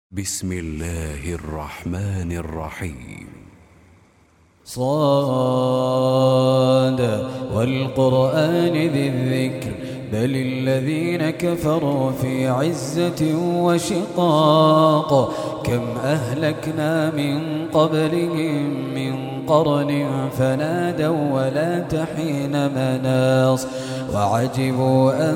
بسم الله الرحمن الرحيم. صاد والقرآن ذي الذكر بل الذين كفروا في عزة وشقاق كم أهلكنا من قبلهم من قرن فنادوا ولا تحين مناص وعجبوا أن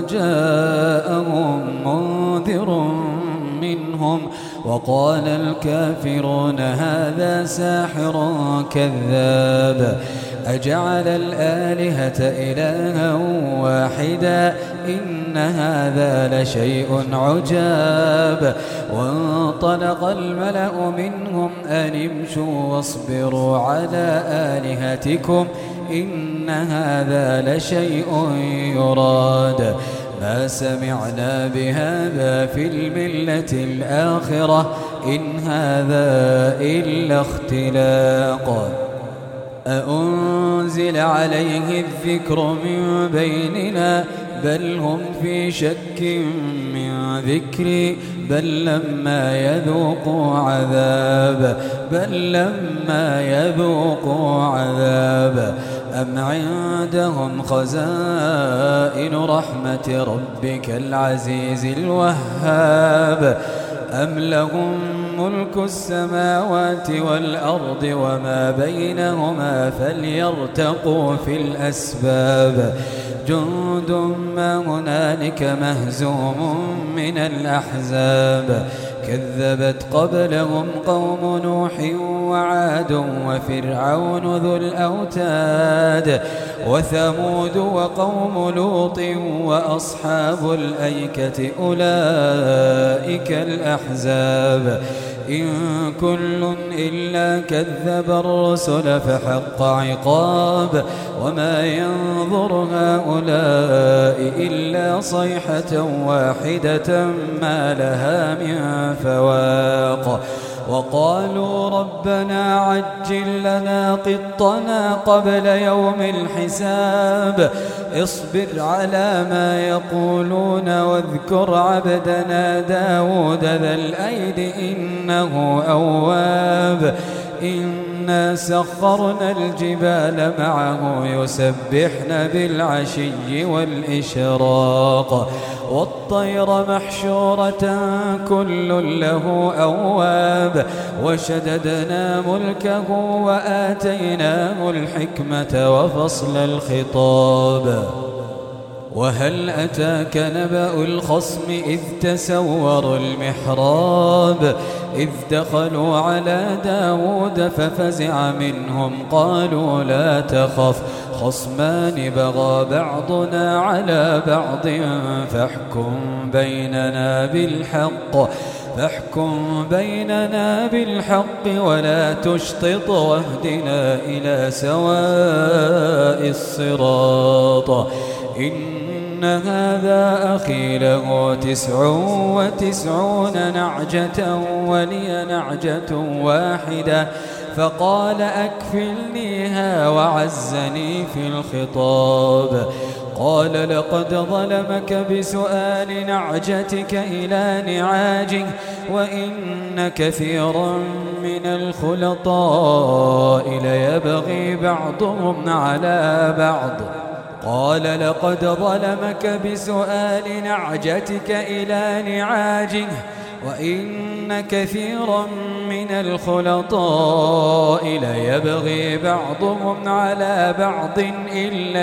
جاءهم منذر منهم وقال الكافرون هذا ساحر كذاب أجعل الآلهة إلها واحدا إن هذا لشيء عجاب وانطلق الملأ منهم أن امشوا واصبروا على آلهتكم إن هذا لشيء يراد ما سمعنا بهذا في الملة الآخرة إن هذا إلا اختلاق أأنزل عليه الذكر من بيننا بل هم في شك من ذكري بل لما يذوقوا عذاب أم عندهم خزائن رحمة ربك العزيز الوهاب أم لهم ملك السماوات والأرض وما بينهما فليرتقوا في الأسباب جند ما هنالك مهزوم من الأحزاب كذبت قبلهم قوم نوح وعاد وفرعون ذو الأوتاد وثمود وقوم لوط وأصحاب الأيكة أولئك الأحزاب إن كل إلا كذب الرسل فحق عقاب وما ينظر هؤلاء إلا صيحة واحدة ما لها من فواق وقالوا ربنا عجل لنا قطنا قبل يوم الحساب اصبر على ما يقولون واذكر عبدنا داود ذا الأيد إنه أواب إنا سخرنا الجبال معه يسبحن بالعشي والإشراق والطير محشورة كل له أواب وشددنا ملكه وآتيناه الحكمة وفصل الخطاب وهل أتاك نبأ الخصم إذ تسوروا المحراب إذ دخلوا على داود ففزع منهم قالوا لا تخف خصمان بغى بعضنا على بعض فاحكم بيننا بالحق ولا تشطط واهدنا إلى سواء الصراط إن هذا أخي له 99 نعجة ولي نعجة واحدة فقال أكفلنيها وعزني في الخطاب قال لقد ظلمك بسؤال نعجتك إلى نعاجه وإن كثيرا من الخلطاء ليبغي بعضهم على بعض قال لقد ظلمك بسؤال نعجتك إلى نعاجه وإن كثيرا من الخلطاء ليبغي بعضهم على بعض إلا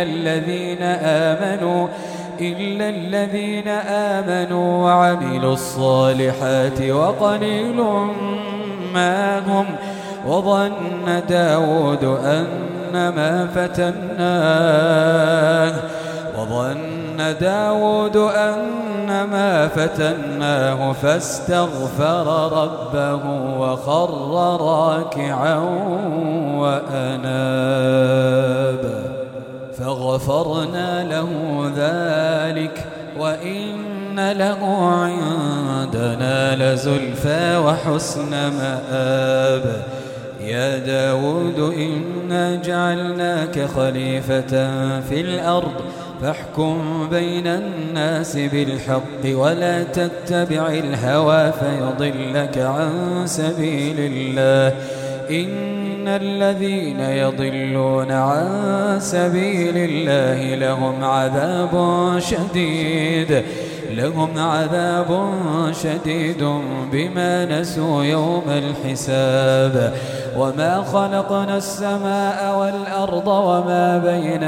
الذين آمنوا وعملوا الصالحات وقليل ما هم وظن داود أنما فتناه فاستغفر ربه وخر راكعا وأناب فغفرنا له ذلك وإن له عندنا لزلفى وحسن مآب يا داود إنا جعلناك خليفة في الأرض فاحكم بين الناس بالحق ولا تتبع الهوى فيضلك عن سبيل الله إن الذين يضلون عن سبيل الله لهم عذاب شديد بما نسوا يوم الحساب وما خلقنا السماء والأرض وما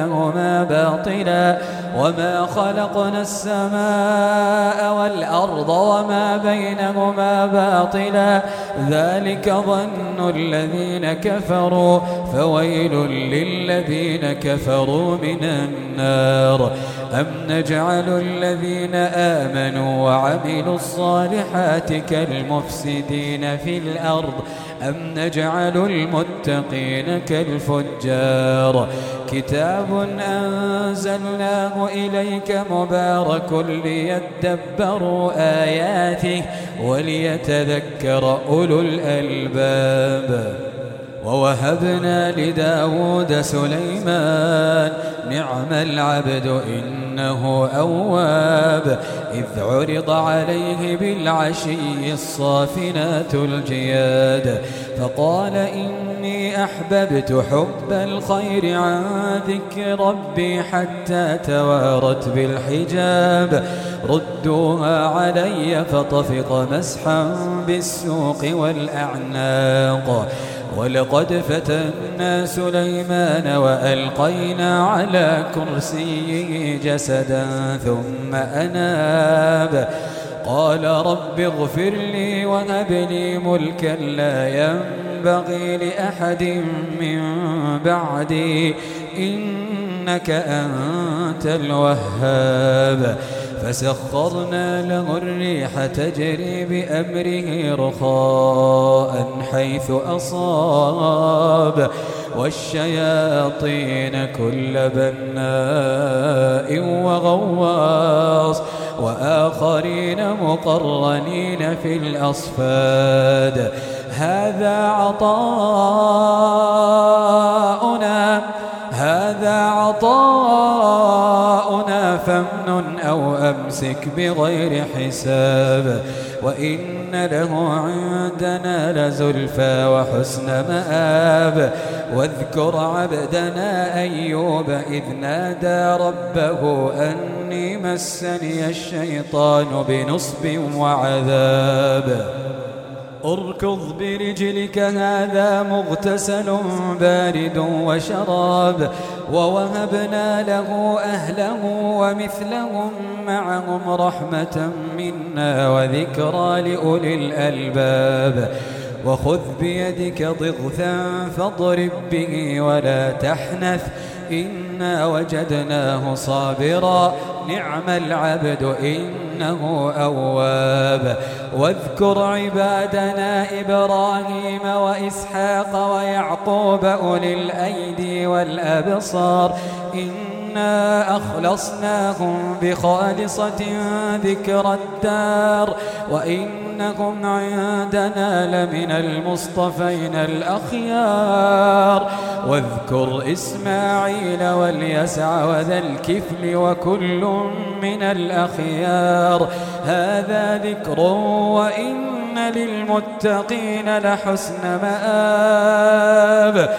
بينهما باطلا ذلك ظن الذين كفروا فويل للذين كفروا من النار أم نجعل الذين آمنوا وعملوا الصالحات كالمفسدين في الأرض أم نجعل المتقين كالفجار كتاب أنزلناه إليك مبارك ليدبروا آياته وليتذكر أولو الألباب ووهبنا لداود سليمان نعم العبد إنه أواب إذ عرض عليه بالعشي الصافنات الجياد فقال إني أحببت حب الخير عن ذكر ربي حتى توارت بالحجاب ردوها علي فطفق مسحا بالسوق والأعناق ولقد فتنا سليمان وألقينا على كرسيه جسدا ثم أناب قال رب اغفر لي وهب لي ملكا لا ينبغي لأحد من بعدي إنك أنت الوهاب فسخرنا له الريح تجري بأمره رخاء حيث أصاب والشياطين كل بناء وغواص وآخرين مقرنين في الأصفاد هذا عطاؤنا فامنن أو أمسك بغير حساب وإن له عندنا لزلفى وحسن مآب واذكر عبدنا أيوب إذ نادى ربه أني مسني الشيطان بنصب وعذاب اركض برجلك هذا مغتسل بارد وشراب ووهبنا له أهله ومثلهم معهم رحمة منا وذكرى لأولي الألباب وخذ بيدك ضغثا فاضرب به ولا تحنث إنا وجدناه صابرا نعم العبد إنه أواب واذكر عبادنا إبراهيم وإسحاق ويعقوب أولي الأيدي والأبصار إنا أخلصناهم بخالصة ذكر الدار وإنهم عندنا لمن المصطفين الأخيار واذكر إسماعيل واليسع وذا الكفل وكل من الأخيار هذا ذكر وإن للمتقين لحسن مآب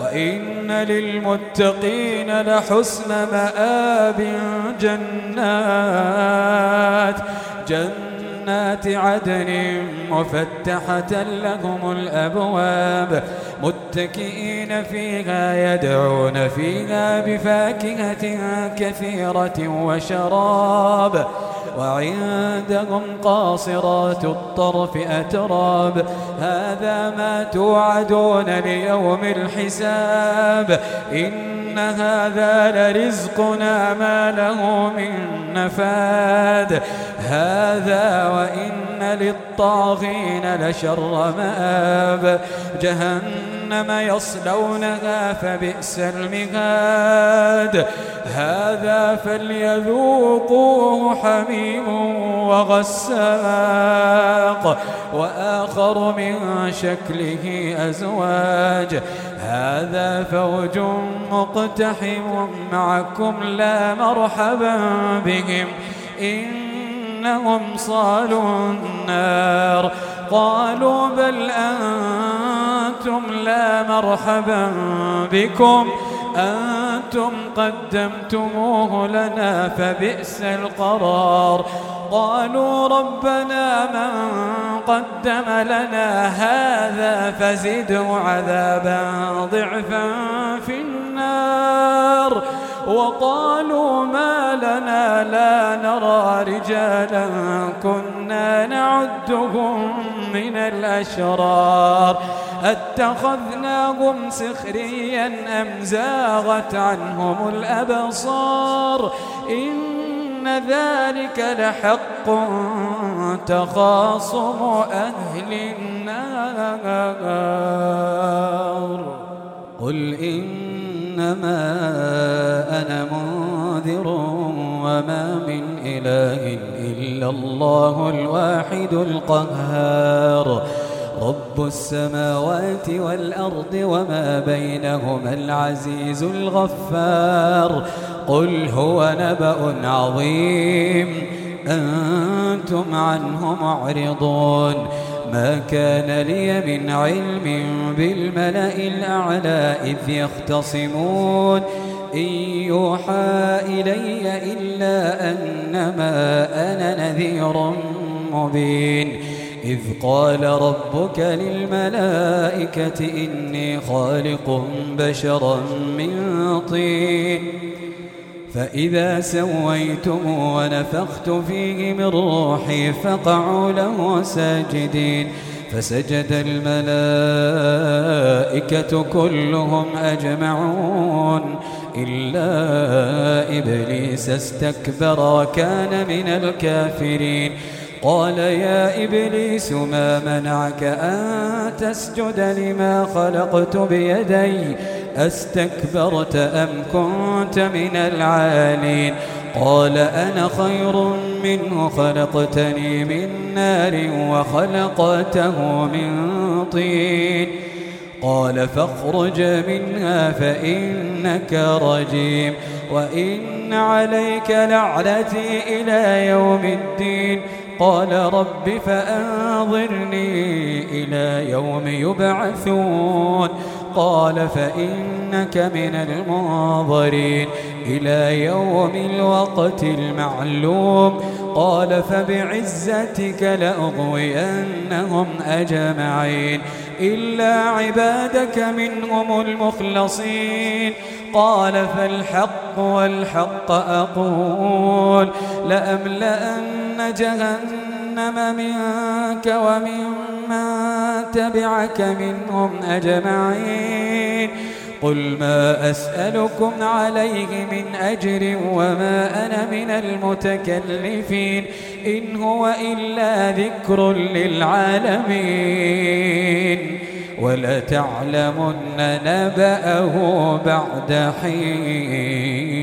جنات عدن مفتحة لهم الأبواب متكئين فيها يدعون فيها بفاكهة كثيرة وشراب وعندهم قاصرات الطرف أتراب هذا ما توعدون ليوم الحساب إن هذا لرزقنا ما له من نفاد هذا وإن للطاغين لشر مآب جهنم يصلونها فبئس المهاد هذا فليذوقوه حميم وغساق بالحق وآخر من شكله أزواج هذا فوج مقتحم معكم لا مرحبا بهم إنهم صالوا النار قالوا بل أنتم لا مرحبا بكم أنتم قدمتموه لنا فبئس القرار قالوا ربنا من قدم لنا هذا فزده عذابا ضعفا في النار وقالوا ما لنا لا نرى رجالا كنا نعدهم من الأشرار اتخذناهم سخريا أم زاغت عنهم الأبصار إن ذلك لحق تخاصم أهل النار قل إنما أنا منذر وما من إله إلا الله الواحد القهار رب السماوات والأرض وما بينهما العزيز الغفار قل هو نبأ عظيم أنتم عنه معرضون ما كان لي من علم بالملأ الأعلى إذ يختصمون إن يوحى إلي إلا أنما أنا نذير مبين إذ قال ربك للملائكة إني خالق بشرا من طين فإذا سويتم ونفخت فيه من روحي فقعوا له ساجدين فسجد الملائكة كلهم أجمعون إلا إبليس استكبر وكان من الكافرين قال يا إبليس ما منعك أن تسجد لما خلقت بيدي أستكبرت أم كنت من العالين قال أنا خير منه خلقتني من نار وخلقته من طين قال فاخرج منها فإنك رجيم وإن عليك لعنتي إلى يوم الدين قال رب فأنظرني إلى يوم يبعثون قال فإنك من المنظرين إلى يوم الوقت المعلوم قال فبعزتك لأغوينهم أجمعين إلا عبادك منهم المخلصين قال فالحق والحق أقول لأملأن جهنم منك وممن تبعك منهم أجمعين قل ما أسألكم عليه من أجر وما أنا من المتكلفين إن هو إلا ذكر للعالمين ولتعلمن نبأه بعد حين